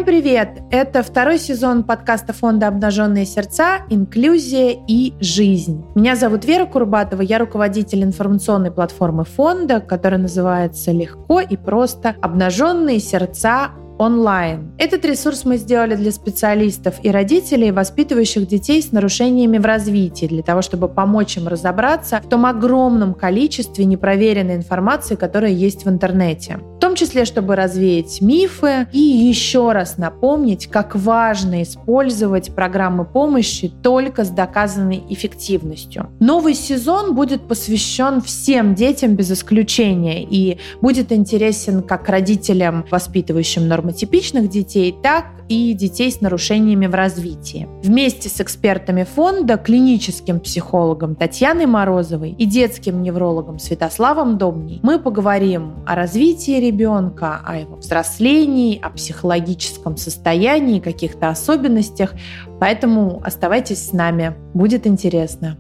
привет! Это второй сезон подкаста фонда «Обнаженные сердца. Инклюзия и жизнь». Меня зовут Вера Курбатова, я руководитель информационной платформы фонда, которая называется легко и просто «Обнаженные сердца онлайн». Этот ресурс мы сделали для специалистов и родителей, воспитывающих детей с нарушениями в развитии, для того, чтобы помочь им разобраться в том огромном количестве непроверенной информации, которая есть в интернете. В том числе, чтобы развеять мифы и еще раз напомнить, как важно использовать программы помощи только с доказанной эффективностью. Новый сезон будет посвящен всем детям без исключения и будет интересен как родителям, воспитывающим нормотипичных детей, так и детей с нарушениями в развитии. Вместе с экспертами фонда, клиническим психологом Татьяной Морозовой и детским неврологом Святославом Домней мы поговорим о развитии ребенка, о его взрослении, о психологическом состоянии, каких-то особенностях. Поэтому оставайтесь с нами, будет интересно.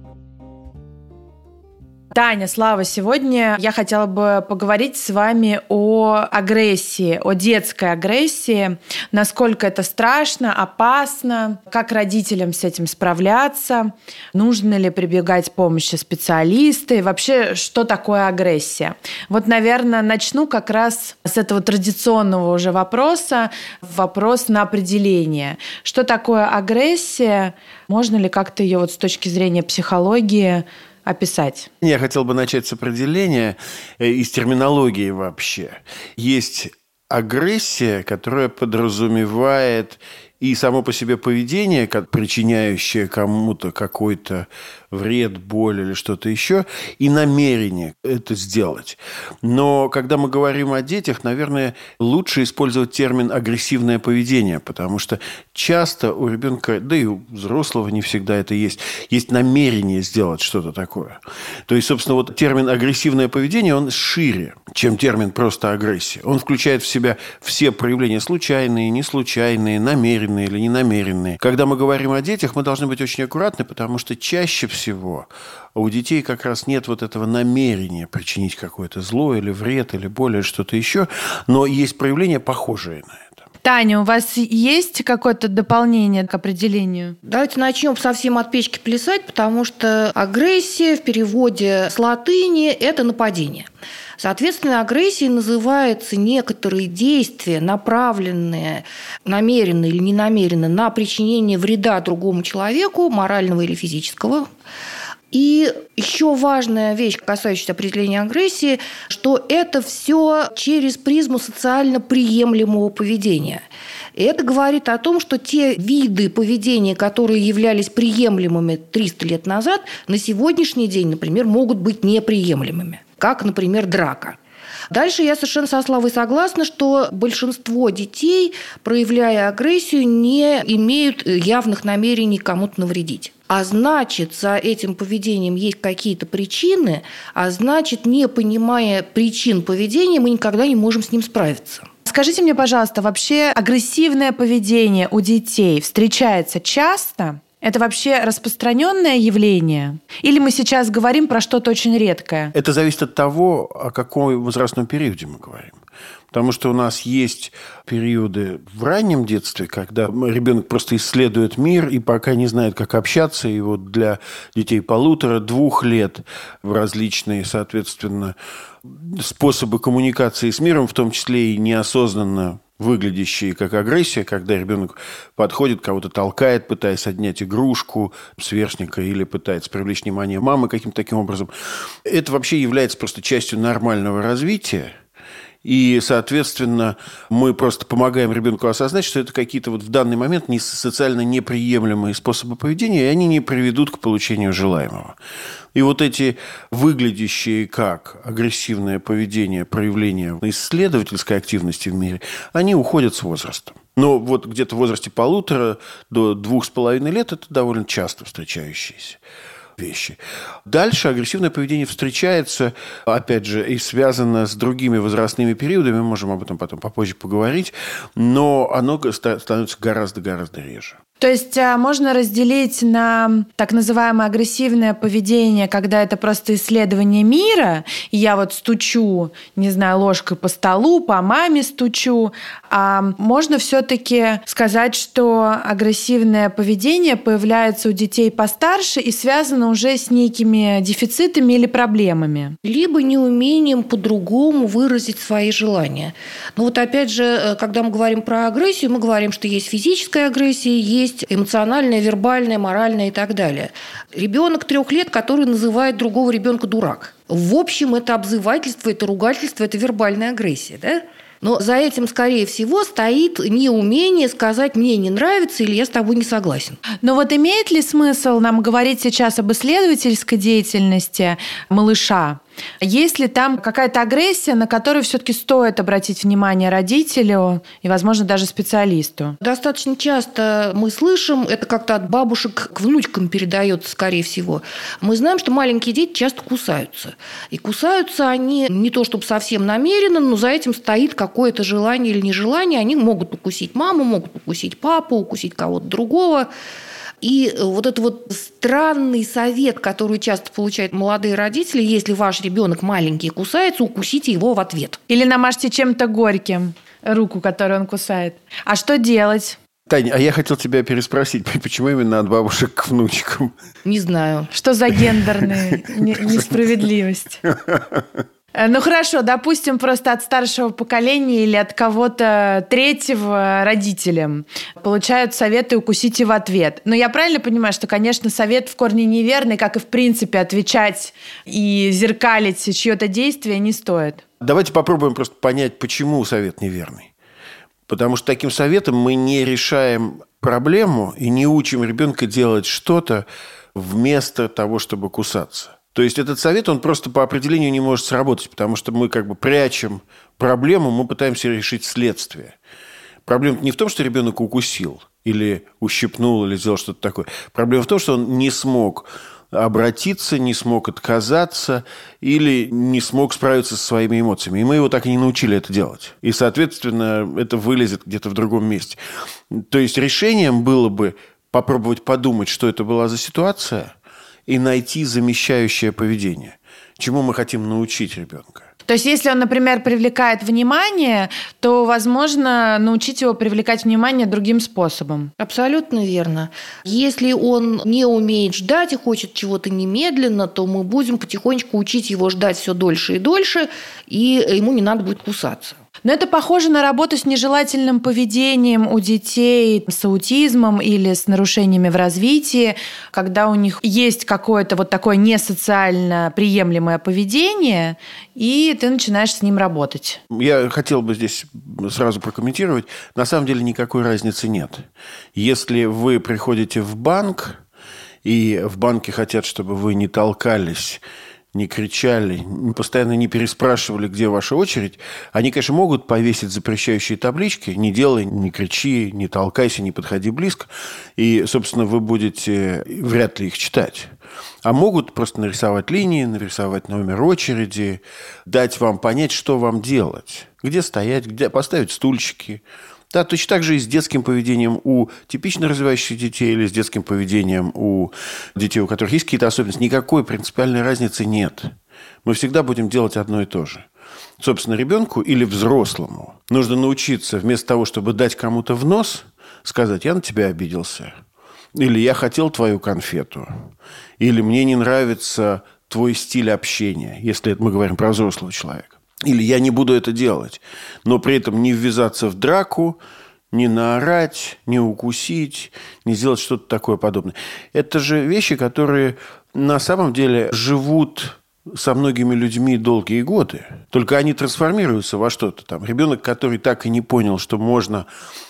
Таня, Слава, сегодня я хотела бы поговорить с вами о агрессии, о детской агрессии, насколько это страшно, опасно, как родителям с этим справляться, нужно ли прибегать к помощи специалиста и вообще, что такое агрессия. Вот, наверное, начну как раз с этого традиционного уже вопроса, вопрос на определение. Что такое агрессия? Можно ли как-то ее вот с точки зрения психологии описать? Я хотел бы начать с определения из терминологии вообще. Есть агрессия, которая подразумевает и само по себе поведение, как причиняющее кому-то какой-то вред, боль или что-то еще, и намерение это сделать. Но когда мы говорим о детях, наверное, лучше использовать термин «агрессивное поведение», потому что часто у ребенка, да и у взрослого не всегда это есть намерение сделать что-то такое. То есть, собственно, вот термин «агрессивное поведение», он шире, чем термин «просто агрессия». Он включает в себя все проявления случайные, неслучайные, намеренные или ненамеренные. Когда мы говорим о детях, мы должны быть очень аккуратны, потому что чаще всего у детей как раз нет вот этого намерения причинить какое-то зло или вред, или боль, или что-то еще, но есть проявления, похожие на это. Таня, у вас есть какое-то дополнение к определению? Давайте начнем совсем от печки плясать, потому что агрессия в переводе с латыни – это нападение. Соответственно, агрессией называются некоторые действия, направленные намеренно или ненамеренно на причинение вреда другому человеку, морального или физического. И еще важная вещь, касающаяся определения агрессии, что это все через призму социально приемлемого поведения. И это говорит о том, что те виды поведения, которые являлись приемлемыми 300 лет назад, на сегодняшний день, например, могут быть неприемлемыми, как, например, драка. Дальше я совершенно со Славой согласна, что большинство детей, проявляя агрессию, не имеют явных намерений кому-то навредить. А значит, за этим поведением есть какие-то причины, а значит, не понимая причин поведения, мы никогда не можем с ним справиться. Скажите мне, пожалуйста, вообще агрессивное поведение у детей встречается часто? Это вообще распространенное явление? Или мы сейчас говорим про что-то очень редкое? Это зависит от того, о каком возрастном периоде мы говорим. Потому что у нас есть периоды в раннем детстве, когда ребенок просто исследует мир и пока не знает, как общаться. И вот для детей 1,5-2 лет различные, соответственно, способы коммуникации с миром, в том числе и неосознанно выглядящие как агрессия, когда ребенок подходит, кого-то толкает, пытаясь отнять игрушку сверстника или пытается привлечь внимание мамы каким-то таким образом. Это вообще является просто частью нормального развития. И, соответственно, мы просто помогаем ребенку осознать, что это какие-то вот в данный момент социально неприемлемые способы поведения, и они не приведут к получению желаемого. И вот эти выглядящие как агрессивное поведение, проявления исследовательской активности в мире, они уходят с возрастом. Но вот где-то в возрасте 1,5 до 2,5 лет это довольно часто встречающиеся вещи. Дальше агрессивное поведение встречается, опять же, и связано с другими возрастными периодами, мы можем об этом потом попозже поговорить, но оно становится гораздо-гораздо реже. То есть можно разделить на так называемое агрессивное поведение, когда это просто исследование мира, и я вот стучу, не знаю, ложкой по столу, по маме стучу, а можно все-таки сказать, что агрессивное поведение появляется у детей постарше и связано уже с некими дефицитами или проблемами. Либо неумением по-другому выразить свои желания. Но вот опять же, когда мы говорим про агрессию, мы говорим, что есть физическая агрессия, есть эмоциональная, вербальная, моральная и так далее. Ребенок 3 лет, который называет другого ребенка дурак. В общем, это обзывательство, это ругательство, это вербальная агрессия, да? Но за этим, скорее всего, стоит неумение сказать «мне не нравится» или «я с тобой не согласен». Но вот имеет ли смысл нам говорить сейчас об исследовательской деятельности малыша? Есть ли там какая-то агрессия, на которую все-таки стоит обратить внимание родителю и, возможно, даже специалисту? Достаточно часто мы слышим, это как-то от бабушек к внучкам передается, скорее всего. Мы знаем, что маленькие дети часто кусаются. И кусаются они не то чтобы совсем намеренно, но за этим стоит какое-то желание или нежелание. Они могут укусить маму, могут укусить папу, укусить кого-то другого. И вот этот вот странный совет, который часто получают молодые родители, если ваш ребенок маленький кусается, укусите его в ответ. Или намажьте чем-то горьким руку, которую он кусает. А что делать? Таня, а я хотел тебя переспросить, почему именно от бабушек к внучкам? Не знаю. Что за гендерная несправедливость? Ну хорошо, допустим, просто от старшего поколения или от кого-то третьего родителям получают советы «укусите в ответ». Но я правильно понимаю, что, конечно, совет в корне неверный, как и в принципе отвечать и зеркалить чье-то действие не стоит? Давайте попробуем просто понять, почему совет неверный. Потому что таким советом мы не решаем проблему и не учим ребенка делать что-то вместо того, чтобы кусаться. То есть этот совет, он просто по определению не может сработать, потому что мы как бы прячем проблему, мы пытаемся решить следствие. Проблема не в том, что ребенок укусил или ущипнул, или сделал что-то такое. Проблема в том, что он не смог обратиться, не смог отказаться или не смог справиться со своими эмоциями. И мы его так и не научили это делать. И, соответственно, это вылезет где-то в другом месте. То есть решением было бы попробовать подумать, что это была за ситуация, и найти замещающее поведение, чему мы хотим научить ребенка. То есть, если он, например, привлекает внимание, то, возможно, научить его привлекать внимание другим способом. Абсолютно верно. Если он не умеет ждать и хочет чего-то немедленно, то мы будем потихонечку учить его ждать все дольше и дольше, и ему не надо будет кусаться. Но это похоже на работу с нежелательным поведением у детей с аутизмом или с нарушениями в развитии, когда у них есть какое-то вот такое несоциально приемлемое поведение, и ты начинаешь с ним работать. Я хотел бы здесь сразу прокомментировать. На самом деле никакой разницы нет. Если вы приходите в банк, и в банке хотят, чтобы вы не толкались, не кричали, постоянно не переспрашивали, где ваша очередь, они, конечно, могут повесить запрещающие таблички «не делай, не кричи, не толкайся, не подходи близко», и, собственно, вы будете вряд ли их читать. А могут просто нарисовать линии, нарисовать номер очереди, дать вам понять, что вам делать, где стоять, где поставить стульчики. Да, точно так же и с детским поведением у типично развивающихся детей или с детским поведением у детей, у которых есть какие-то особенности. Никакой принципиальной разницы нет. Мы всегда будем делать одно и то же. Собственно, ребенку или взрослому нужно научиться вместо того, чтобы дать кому-то в нос, сказать «я на тебя обиделся», или «я хотел твою конфету», или «мне не нравится твой стиль общения», если мы говорим про взрослого человека. Или я не буду это делать, но при этом не ввязаться в драку, не наорать, не укусить, не сделать что-то такое подобное. Это же вещи, которые на самом деле живут со многими людьми долгие годы. Только они трансформируются во что-то там. Ребенок, который так и не понял, что можно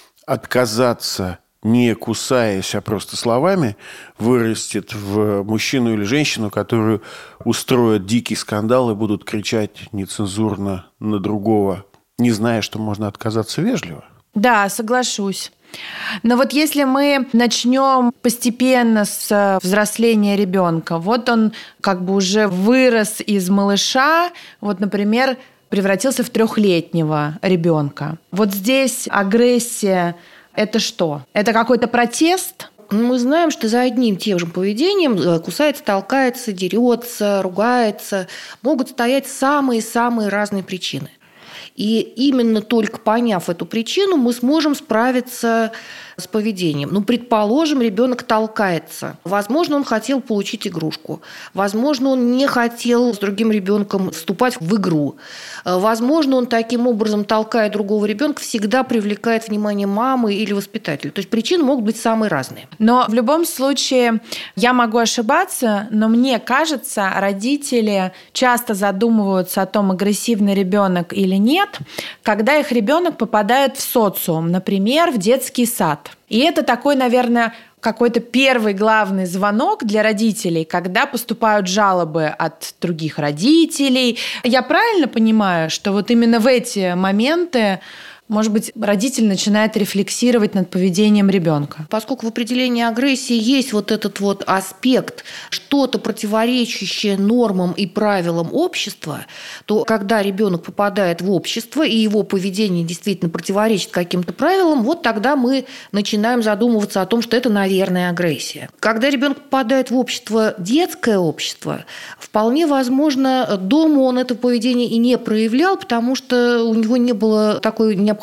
отказаться, не кусаясь, а просто словами, вырастет в мужчину или женщину, которую устроят дикий скандал и будут кричать нецензурно на другого, не зная, что можно отказаться вежливо. Да, соглашусь. Но вот если мы начнем постепенно с взросления ребенка, вот он как бы уже вырос из малыша, вот, например, превратился в 3-летнего ребенка. Вот здесь агрессия – это что? Это какой-то протест? Мы знаем, что за одним тем же поведением кусается, толкается, дерется, ругается. Могут стоять самые-самые разные причины. И именно только поняв эту причину, мы сможем справиться с поведением. Предположим, ребенок толкается. Возможно, он хотел получить игрушку. Возможно, он не хотел с другим ребенком вступать в игру. Возможно, он таким образом, толкая другого ребенка, всегда привлекает внимание мамы или воспитателя. То есть причины могут быть самые разные. Но в любом случае, я могу ошибаться, но мне кажется, родители часто задумываются о том, агрессивный ребенок или нет, когда их ребенок попадает в социум, например, в детский сад. И это такой, наверное, какой-то первый главный звонок для родителей, когда поступают жалобы от других родителей. Я правильно понимаю, что вот именно в эти моменты, может быть, родитель начинает рефлексировать над поведением ребенка? Поскольку в определении агрессии есть вот этот вот аспект, что-то противоречащее нормам и правилам общества, то когда ребенок попадает в общество и его поведение действительно противоречит каким-то правилам, вот тогда мы начинаем задумываться о том, что это, наверное, агрессия. Когда ребенок попадает в общество, детское общество, вполне возможно, дома он это поведение и не проявлял, потому что у него не было такой необходимости,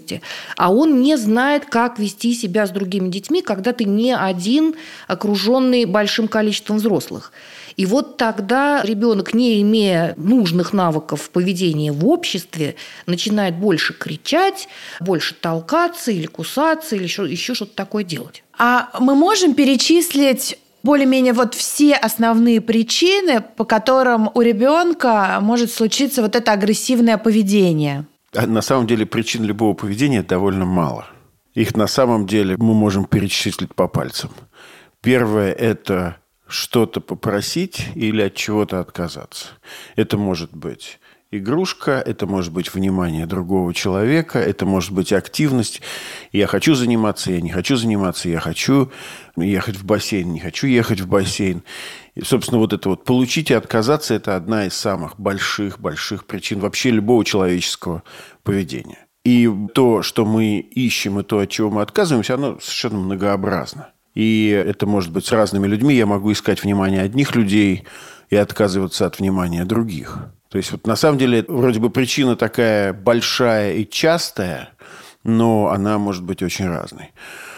а он не знает, как вести себя с другими детьми, когда ты не один, окруженный большим количеством взрослых. И вот тогда ребенок, не имея нужных навыков поведения в обществе, начинает больше кричать, больше толкаться или кусаться, или еще что-то такое делать. А мы можем перечислить более-менее вот все основные причины, по которым у ребенка может случиться вот это агрессивное поведение? На самом деле причин любого поведения довольно мало. Их на самом деле мы можем перечислить по пальцам. Первое – это что-то попросить или от чего-то отказаться. Это может быть игрушка, это может быть внимание другого человека, это может быть активность. Я хочу заниматься, я не хочу заниматься, я хочу ехать в бассейн, не хочу ехать в бассейн. И, собственно, вот это вот получить и отказаться – это одна из самых больших причин вообще любого человеческого поведения. И то, что мы ищем, и то, от чего мы отказываемся, оно совершенно многообразно. И это может быть с разными людьми. Я могу искать внимание одних людей и отказываться от внимания других. То есть, вот на самом деле, вроде бы причина такая большая и частая, но она может быть очень разной.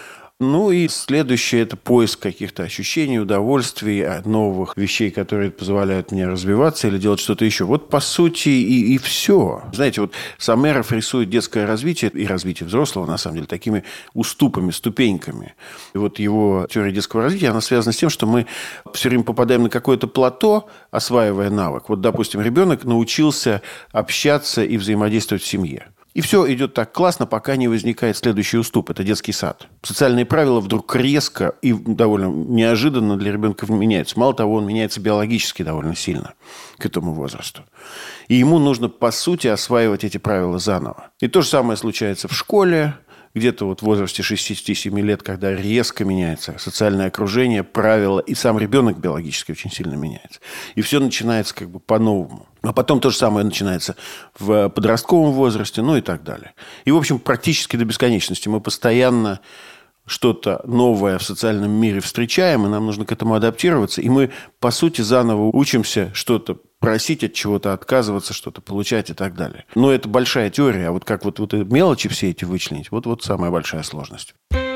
Ну и следующее – это поиск каких-то ощущений, удовольствий, новых вещей, которые позволяют мне развиваться или делать что-то еще. Вот по сути и все. Знаете, вот Самеров рисует детское развитие и развитие взрослого, на самом деле, такими уступами, ступеньками. И вот его теория детского развития, она связана с тем, что мы все время попадаем на какое-то плато, осваивая навык. Вот, допустим, ребенок научился общаться и взаимодействовать в семье. И все идет так классно, пока не возникает следующий уступ. Это детский сад. Социальные правила вдруг резко и довольно неожиданно для ребенка меняются. Мало того, он меняется биологически довольно сильно к этому возрасту. И ему нужно, по сути, осваивать эти правила заново. И то же самое случается в школе, где-то вот в возрасте 6-7 лет, когда резко меняется социальное окружение, правила, и сам ребенок биологически очень сильно меняется. И все начинается как бы по-новому. А потом то же самое начинается в подростковом возрасте, ну и так далее. И, в общем, практически до бесконечности мы постоянно что-то новое в социальном мире встречаем, и нам нужно к этому адаптироваться. И мы, по сути, заново учимся что-то просить, от чего-то отказываться, что-то получать и так далее. Но это большая теория, а вот как вот мелочи все эти вычленить, вот самая большая сложность.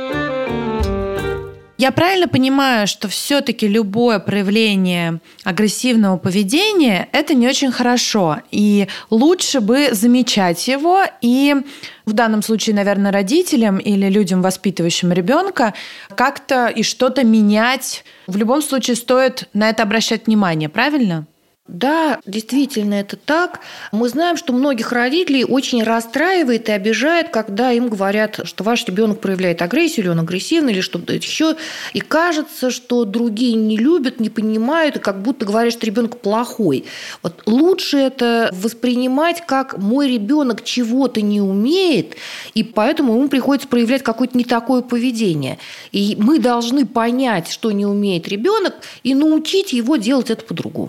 Я правильно понимаю, что все-таки любое проявление агрессивного поведения – это не очень хорошо, и лучше бы замечать его, и в данном случае, наверное, родителям или людям, воспитывающим ребенка, как-то и что-то менять. В любом случае стоит на это обращать внимание, правильно? Да, действительно, это так. Мы знаем, что многих родителей очень расстраивает и обижает, когда им говорят, что ваш ребенок проявляет агрессию, или он агрессивный, или что-то еще. И кажется, что другие не любят, не понимают, и как будто говорят, что ребенок плохой. Вот лучше это воспринимать как мой ребенок чего-то не умеет, и поэтому ему приходится проявлять какое-то не такое поведение. И мы должны понять, что не умеет ребенок, и научить его делать это по-другому.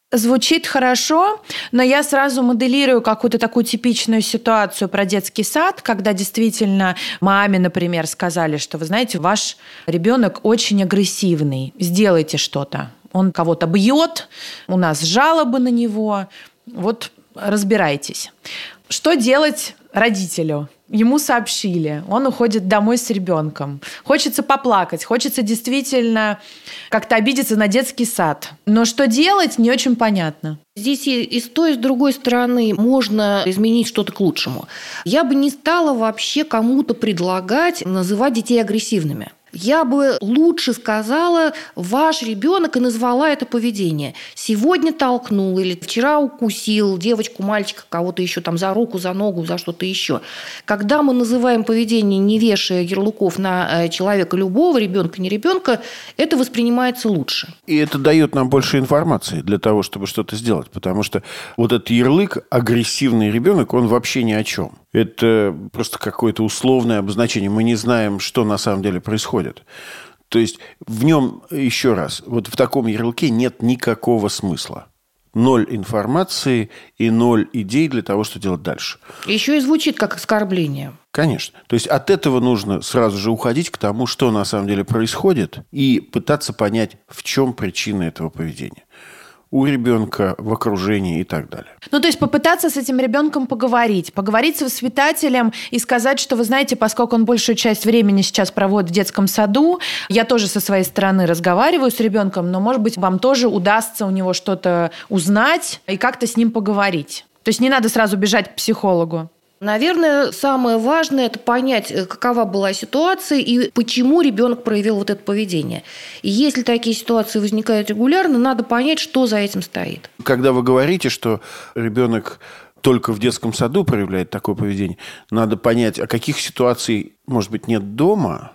Звучит хорошо, но я сразу моделирую какую-то такую типичную ситуацию про детский сад, когда действительно маме, например, сказали, что, вы знаете, ваш ребенок очень агрессивный, сделайте что-то. Он кого-то бьет, у нас жалобы на него, вот разбирайтесь. Что делать родителю? Ему сообщили, он уходит домой с ребенком. Хочется поплакать, хочется действительно как-то обидеться на детский сад. Но что делать, не очень понятно. Здесь и с той, и с другой стороны можно изменить что-то к лучшему. Я бы не стала вообще кому-то предлагать называть детей агрессивными. Я бы лучше сказала «ваш ребенок» и назвала это поведение. Сегодня толкнул или вчера укусил девочку, мальчика, кого-то еще там за руку, за ногу, за что-то еще. Когда мы называем поведение, не вешая ярлыков на человека любого, ребенка, не ребенка, это воспринимается лучше. И это дает нам больше информации для того, чтобы что-то сделать. Потому что вот этот ярлык «агрессивный ребенок», он вообще ни о чем. Это просто какое-то условное обозначение. Мы не знаем, что на самом деле происходит. То есть в нем, еще раз, вот в таком ярлыке нет никакого смысла. 0 информации и 0 идей для того, что делать дальше. Еще и звучит как оскорбление. Конечно. То есть от этого нужно сразу же уходить к тому, что на самом деле происходит, и пытаться понять, в чем причина этого поведения. У ребенка, в окружении и так далее. Ну, то есть попытаться с этим ребенком поговорить с воспитателем и сказать, что, вы знаете, поскольку он большую часть времени сейчас проводит в детском саду, я тоже со своей стороны разговариваю с ребенком, но, может быть, вам тоже удастся у него что-то узнать и как-то с ним поговорить. То есть не надо сразу бежать к психологу. Наверное, самое важное – это понять, какова была ситуация и почему ребенок проявил вот это поведение. И если такие ситуации возникают регулярно, надо понять, что за этим стоит. Когда вы говорите, что ребенок только в детском саду проявляет такое поведение, надо понять, а каких ситуаций, может быть, нет дома,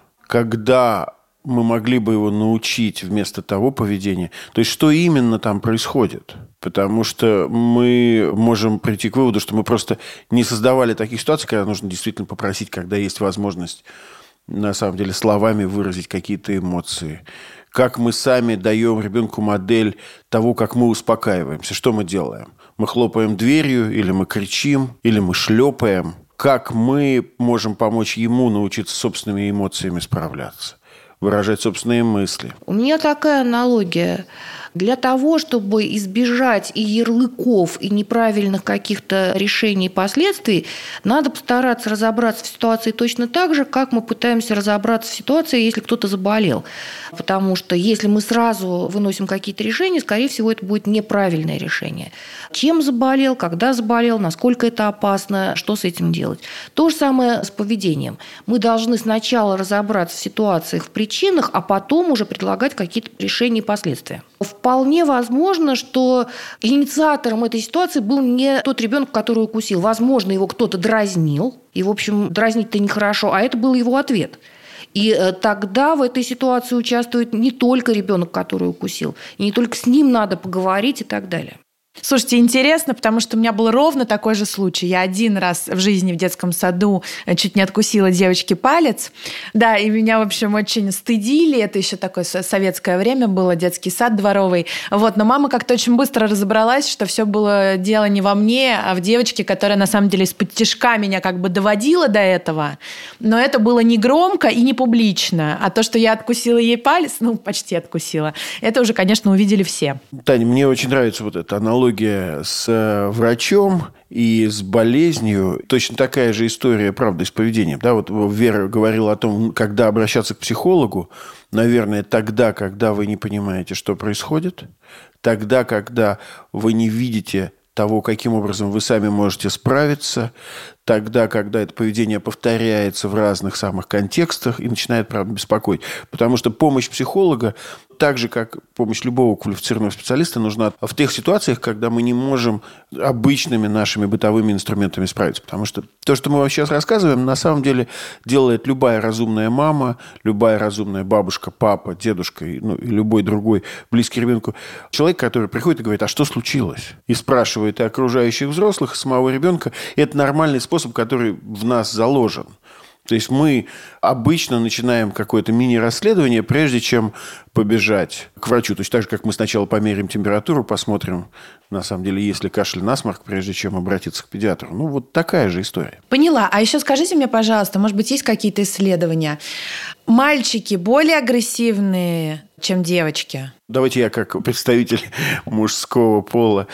когда мы могли бы его научить вместо того поведения. То есть, что именно там происходит? Потому что мы можем прийти к выводу, что мы просто не создавали таких ситуаций, когда нужно действительно попросить, когда есть возможность, на самом деле, словами выразить какие-то эмоции. Как мы сами даем ребенку модель того, как мы успокаиваемся. Что мы делаем? Мы хлопаем дверью, или мы кричим, или мы шлепаем. Как мы можем помочь ему научиться собственными эмоциями справляться? Выражать собственные мысли. У меня такая аналогия. Для того, чтобы избежать и ярлыков, и неправильных каких-то решений и последствий, надо постараться разобраться в ситуации точно так же, как мы пытаемся разобраться в ситуации, если кто-то заболел. Потому что если мы сразу выносим какие-то решения, скорее всего, это будет неправильное решение. Чем заболел, когда заболел, насколько это опасно, что с этим делать. То же самое с поведением. Мы должны сначала разобраться в ситуациях, в причинах, а потом уже предлагать какие-то решения и последствия. Вполне возможно, что инициатором этой ситуации был не тот ребенок, который укусил. Возможно, его кто-то дразнил, и, в общем, дразнить-то нехорошо, а это был его ответ. И тогда в этой ситуации участвует не только ребенок, который укусил, и не только с ним надо поговорить и так далее. Слушайте, интересно, потому что у меня был ровно такой же случай. Я один раз в жизни в детском саду чуть не откусила девочке палец. Да, и меня, в общем, очень стыдили. Это еще такое советское время было, детский сад дворовый. Вот. Но мама как-то очень быстро разобралась, что все было дело не во мне, а в девочке, которая на самом деле из-под тишка меня как бы доводила до этого. Но это было не громко и не публично. А то, что я откусила ей палец, почти откусила, это уже, конечно, увидели все. Таня, мне очень нравится вот эта аналогия с врачом и с болезнью. Точно такая же история, правда, и с поведением. Да, вот Вера говорила о том, когда обращаться к психологу. Наверное, тогда, когда вы не понимаете, что происходит. Тогда, когда вы не видите того, каким образом вы сами можете справиться. Тогда, когда это поведение повторяется в разных самых контекстах и начинает, правда, беспокоить. Потому что помощь психолога, так же, как помощь любого квалифицированного специалиста, нужна в тех ситуациях, когда мы не можем обычными нашими бытовыми инструментами справиться. Потому что то, что мы вам сейчас рассказываем, на самом деле делает любая разумная мама, любая разумная бабушка, папа, дедушка и любой другой близкий ребенку. Человек, который приходит и говорит, а что случилось? И спрашивает и окружающих взрослых, и самого ребенка. И это нормальный способ, который в нас заложен. То есть мы обычно начинаем какое-то мини-расследование, прежде чем побежать к врачу. То есть так же, как мы сначала померяем температуру, посмотрим, на самом деле, есть ли кашель, насморк, прежде чем обратиться к педиатру. Ну, вот такая же история. Поняла. А еще скажите мне, пожалуйста, может быть, есть какие-то исследования? Мальчики более агрессивные, чем девочки? Давайте я, как представитель мужского пола,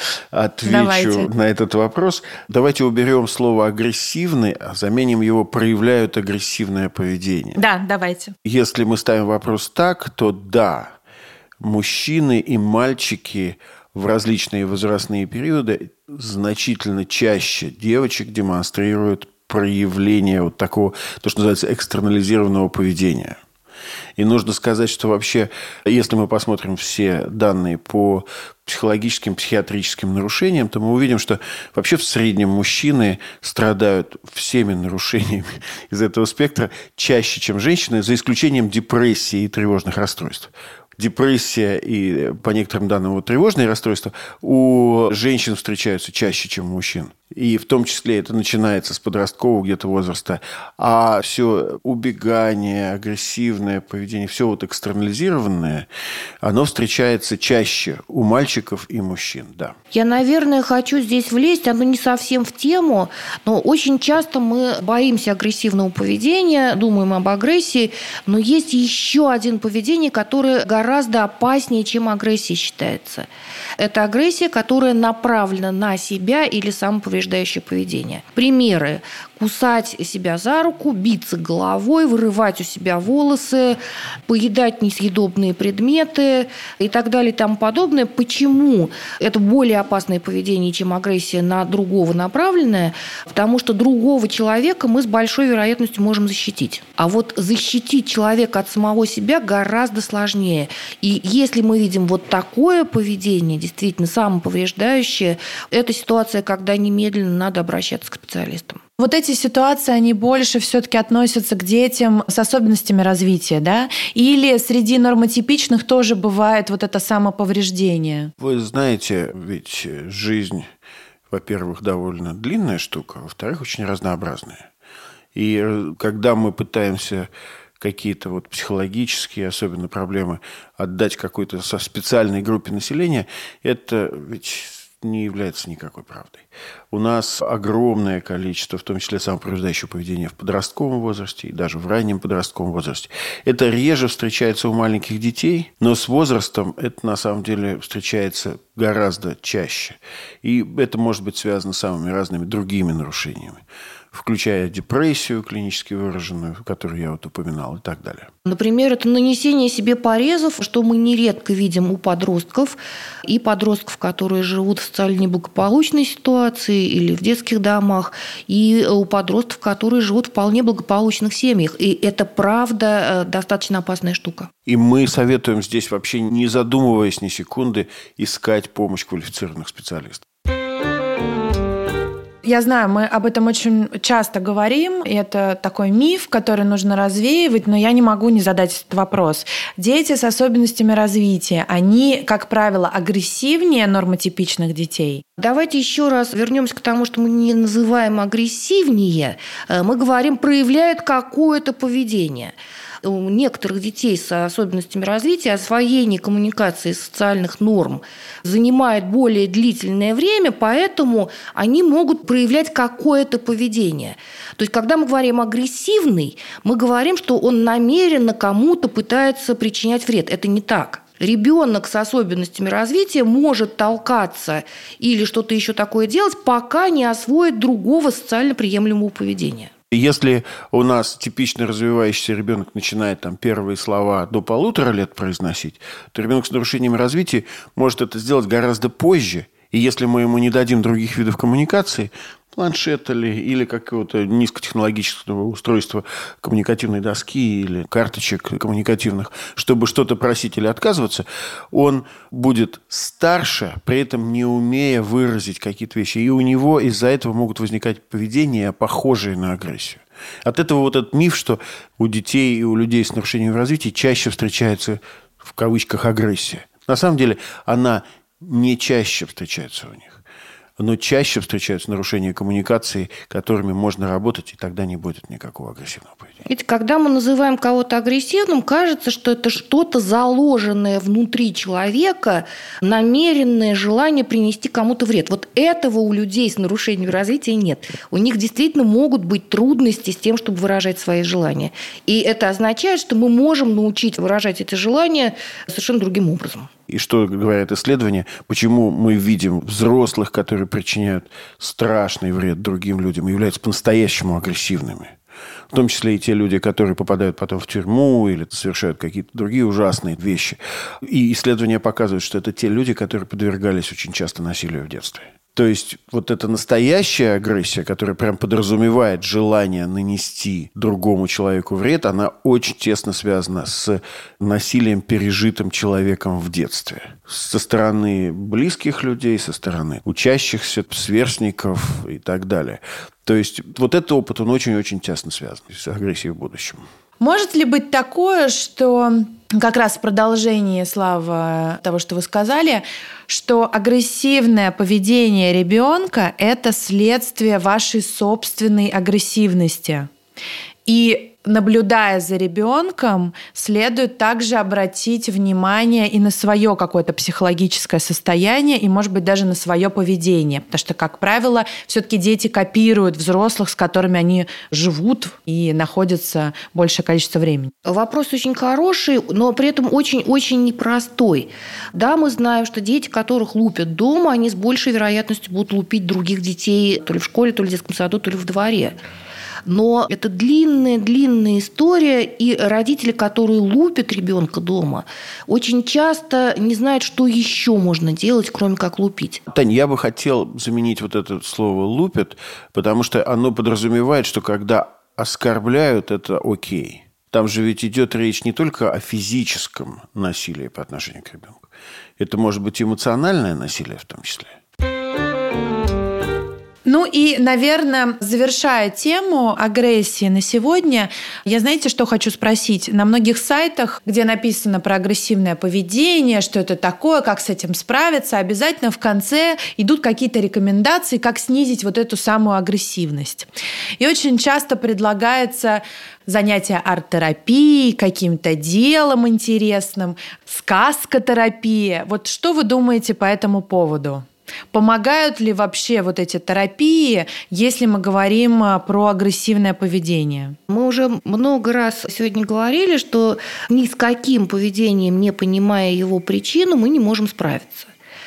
отвечу на этот вопрос. Давайте уберем слово «агрессивный», а заменим его «проявляют агрессивное поведение». Да, давайте. Если мы ставим вопрос так, то да, мужчины и мальчики в различные возрастные периоды значительно чаще девочек демонстрируют проявление вот такого, то, что называется, экстернализированного поведения. И нужно сказать, что вообще, если мы посмотрим все данные по психологическим, психиатрическим нарушениям, то мы увидим, что вообще в среднем мужчины страдают всеми нарушениями из этого спектра чаще, чем женщины, за исключением депрессии и тревожных расстройств. Депрессия и, по некоторым данным, тревожные расстройства у женщин встречаются чаще, чем у мужчин. И в том числе это начинается с подросткового где-то возраста. А все убегание, агрессивное поведение, все вот экстернализированное, оно встречается чаще у мальчиков и мужчин, да. Я, наверное, хочу здесь влезть, оно не совсем в тему, но очень часто мы боимся агрессивного поведения, думаем об агрессии, но есть еще один поведение, которое гораздо опаснее, чем агрессия считается. Это агрессия, которая направлена на себя или самоповреждающее поведение. Примеры. Кусать себя за руку, биться головой, вырывать у себя волосы, поедать несъедобные предметы и так далее и тому подобное. Почему это более опасное поведение, чем агрессия на другого направленная? Потому что другого человека мы с большой вероятностью можем защитить. А вот защитить человека от самого себя гораздо сложнее. И если мы видим вот такое поведение, действительно самоповреждающее, это ситуация, когда немедленно надо обращаться к специалистам. Вот эти ситуации, они больше все-таки относятся к детям с особенностями развития, да? Или среди нормотипичных тоже бывает вот это самоповреждение? Вы знаете, ведь жизнь, во-первых, довольно длинная штука, во-вторых, очень разнообразная. И когда мы пытаемся какие-то вот психологические, особенно проблемы, отдать какой-то со специальной группе населения, это ведь не является никакой правдой. У нас огромное количество, в том числе самоповреждающего поведения в подростковом возрасте и даже в раннем подростковом возрасте. Это реже встречается у маленьких детей, но с возрастом это на самом деле встречается гораздо чаще. И это может быть связано с самыми разными другими нарушениями, включая депрессию клинически выраженную, которую я вот упоминал, и так далее. Например, это нанесение себе порезов, что мы нередко видим у подростков, и подростков, которые живут в социально неблагополучной ситуации или в детских домах, и у подростков, которые живут в вполне благополучных семьях. И это, правда, достаточно опасная штука. И мы советуем здесь вообще, не задумываясь ни секунды, искать помощь квалифицированных специалистов. Я знаю, мы об этом очень часто говорим, и это такой миф, который нужно развеивать, но я не могу не задать этот вопрос. Дети с особенностями развития, они, как правило, агрессивнее нормотипичных детей? Давайте еще раз вернемся к тому, что мы не называем агрессивнее, мы говорим, проявляют какое-то поведение. У некоторых детей с особенностями развития освоение коммуникации социальных норм занимает более длительное время, поэтому они могут проявлять какое-то поведение. То есть, когда мы говорим агрессивный, мы говорим, что он намеренно кому-то пытается причинять вред. Это не так. Ребенок с особенностями развития может толкаться или что-то еще такое делать, пока не освоит другого социально приемлемого поведения. Если у нас типично развивающийся ребенок начинает первые слова до 1,5 лет произносить, то ребенок с нарушениями развития может это сделать гораздо позже. И если мы ему не дадим других видов коммуникации, планшета или какого-то низкотехнологического устройства коммуникативной доски или карточек коммуникативных, чтобы что-то просить или отказываться, он будет старше, при этом не умея выразить какие-то вещи. И у него из-за этого могут возникать поведения, похожие на агрессию. От этого вот этот миф, что у детей и у людей с нарушением развития чаще встречается, в кавычках, агрессия. На самом деле она не чаще встречается у них. но чаще встречаются нарушения коммуникации, которыми можно работать, и тогда не будет никакого агрессивного поведения. Ведь когда мы называем кого-то агрессивным, кажется, что это что-то заложенное внутри человека, намеренное желание принести кому-то вред. Вот этого у людей с нарушением развития нет. У них действительно могут быть трудности с тем, чтобы выражать свои желания. И это означает, что мы можем научить выражать эти желания совершенно другим образом. И что говорят исследования, почему мы видим взрослых, которые причиняют страшный вред другим людям и являются по-настоящему агрессивными. В том числе и те люди, которые попадают потом в тюрьму или совершают какие-то другие ужасные вещи. И исследования показывают, что это те люди, которые подвергались очень часто насилию в детстве. То есть вот эта настоящая агрессия, которая прям подразумевает желание нанести другому человеку вред, она очень тесно связана с насилием, пережитым человеком в детстве. Со стороны близких людей, со стороны учащихся, сверстников и так далее. То есть вот этот опыт, он очень-очень тесно связан с агрессией в будущем. Может ли быть такое, что как раз в продолжении, Слава, того, что вы сказали, что агрессивное поведение ребенка – это следствие вашей собственной агрессивности? И наблюдая за ребенком, следует также обратить внимание и на свое какое-то психологическое состояние, и, может быть, даже на свое поведение. Потому что, как правило, все-таки дети копируют взрослых, с которыми они живут и находятся большее количество времени. Вопрос очень хороший, но при этом очень-очень непростой. Да, мы знаем, что дети, которых лупят дома, они с большей вероятностью будут лупить других детей то ли в школе, то ли в детском саду, то ли в дворе. Но это длинная история, и родители, которые лупят ребенка дома, очень часто не знают, что еще можно делать, кроме как лупить. Тань, я бы хотел заменить вот это слово «лупят», потому что оно подразумевает, что когда оскорбляют, это окей. Там же ведь идет речь не только о физическом насилии по отношению к ребенку. Это может быть эмоциональное насилие в том числе. Ну и, наверное, завершая тему агрессии на сегодня, я, знаете, что хочу спросить? На многих сайтах, где написано про агрессивное поведение, что это такое, как с этим справиться, обязательно в конце идут какие-то рекомендации, как снизить вот эту самую агрессивность. И очень часто предлагается занятие арт-терапией, каким-то делом интересным, сказкотерапия. Вот что вы думаете по этому поводу? Помогают ли вообще вот эти терапии, если мы говорим про агрессивное поведение? Мы уже много раз сегодня говорили, что ни с каким поведением, не понимая его причину, мы не можем справиться.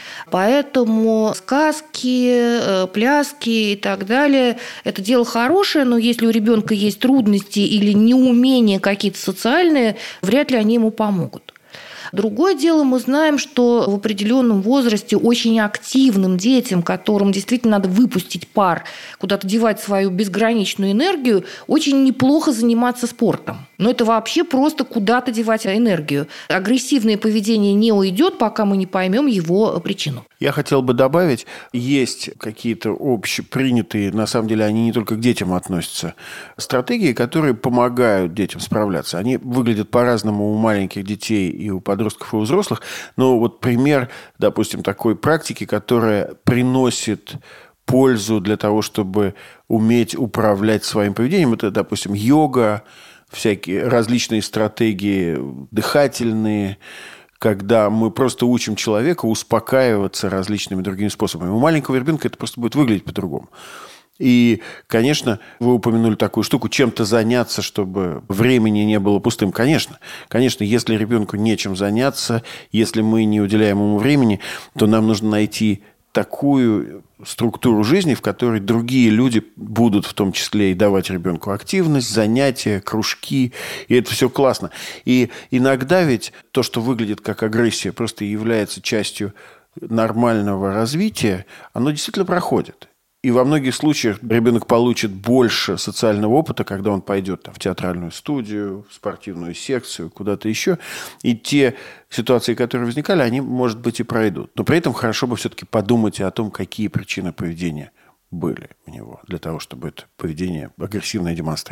Поэтому сказки, пляски и так далее – это дело хорошее, но если у ребенка есть трудности или неумения какие-то социальные, вряд ли они ему помогут. Другое дело, мы знаем, что в определенном возрасте очень активным детям, которым действительно надо выпустить пар, куда-то девать свою безграничную энергию, очень неплохо заниматься спортом. Но это вообще просто куда-то девать энергию. Агрессивное поведение не уйдет, пока мы не поймем его причину. Я хотел бы добавить, есть какие-то общепринятые, на самом деле они не только к детям относятся, стратегии, которые помогают детям справляться. Они выглядят по-разному у маленьких детей и у подростков, и у взрослых. Но вот пример, допустим, такой практики, которая приносит пользу для того, чтобы уметь управлять своим поведением, это, допустим, йога, всякие различные стратегии дыхательные, когда мы просто учим человека успокаиваться различными другими способами. У маленького ребенка это просто будет выглядеть по-другому. И, конечно, вы упомянули такую штуку, чем-то заняться, чтобы времени не было пустым. Конечно, если ребенку нечем заняться, если мы не уделяем ему времени, то нам нужно найти такую структуру жизни, в которой другие люди будут в том числе и давать ребенку активность, занятия, кружки. И это все классно. И иногда ведь то, что выглядит как агрессия, просто является частью нормального развития, оно действительно проходит. И во многих случаях ребенок получит больше социального опыта, когда он пойдет в театральную студию, в спортивную секцию, куда-то еще. И те ситуации, которые возникали, они, может быть, и пройдут. Но при этом хорошо бы все-таки подумать о том, какие причины поведения были у него, для того, чтобы это поведение агрессивное демонстрировать.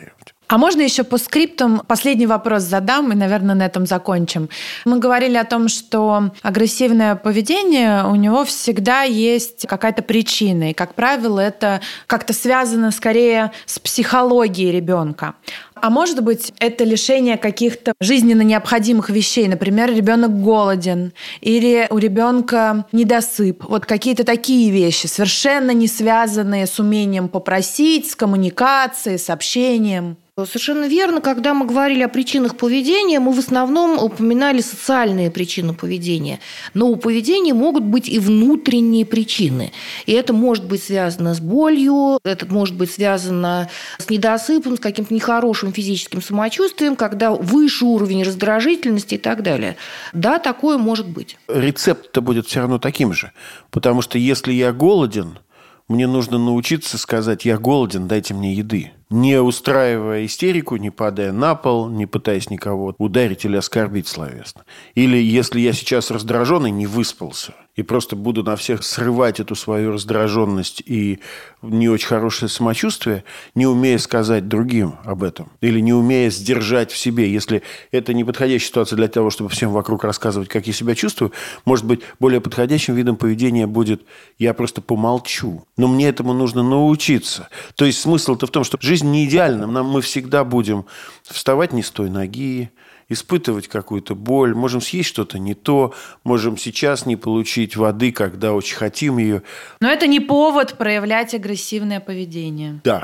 А можно еще по скриптам последний вопрос задам, и, наверное, на этом закончим. Мы говорили о том, что агрессивное поведение, у него всегда есть какая-то причина, и, как правило, это как-то связано скорее с психологией ребенка. А может быть, это лишение каких-то жизненно необходимых вещей. Например, ребенок голоден или у ребенка недосып. Вот какие-то такие вещи, совершенно не связанные с умением попросить, с коммуникацией, с общением. Совершенно верно. Когда мы говорили о причинах поведения, мы в основном упоминали социальные причины поведения. Но у поведения могут быть и внутренние причины. И это может быть связано с болью, это может быть связано с недосыпом, с каким-то нехорошим физическим самочувствием, когда выше уровень раздражительности и так далее. Да, такое может быть. Рецепт-то будет все равно таким же. Потому что если я голоден, мне нужно научиться сказать: я голоден, дайте мне еды. Не устраивая истерику, не падая на пол, не пытаясь никого ударить или оскорбить словесно. Или если я сейчас раздражен и не выспался, и просто буду на всех срывать эту свою раздраженность и не очень хорошее самочувствие, не умея сказать другим об этом. Или не умея сдержать в себе. Если это не подходящая ситуация для того, чтобы всем вокруг рассказывать, как я себя чувствую, может быть, более подходящим видом поведения будет: я просто помолчу. Но мне этому нужно научиться. То есть смысл-то в том, что жизнь не идеальна. Мы всегда будем вставать не с той ноги, испытывать какую-то боль, можем съесть что-то не то, можем сейчас не получить воды, когда очень хотим ее. Но это не повод проявлять агрессивное поведение. Да.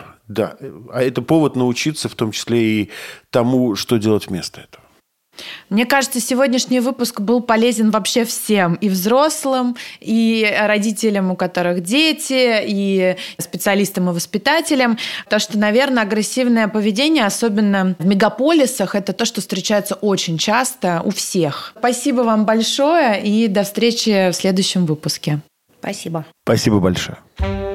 А это повод научиться в том числе и тому, что делать вместо этого. Мне кажется, сегодняшний выпуск был полезен вообще всем. И взрослым, и родителям, у которых дети, и специалистам и воспитателям. Потому что, наверное, агрессивное поведение, особенно в мегаполисах, это то, что встречается очень часто у всех. Спасибо вам большое и до встречи в следующем выпуске. Спасибо. Спасибо большое.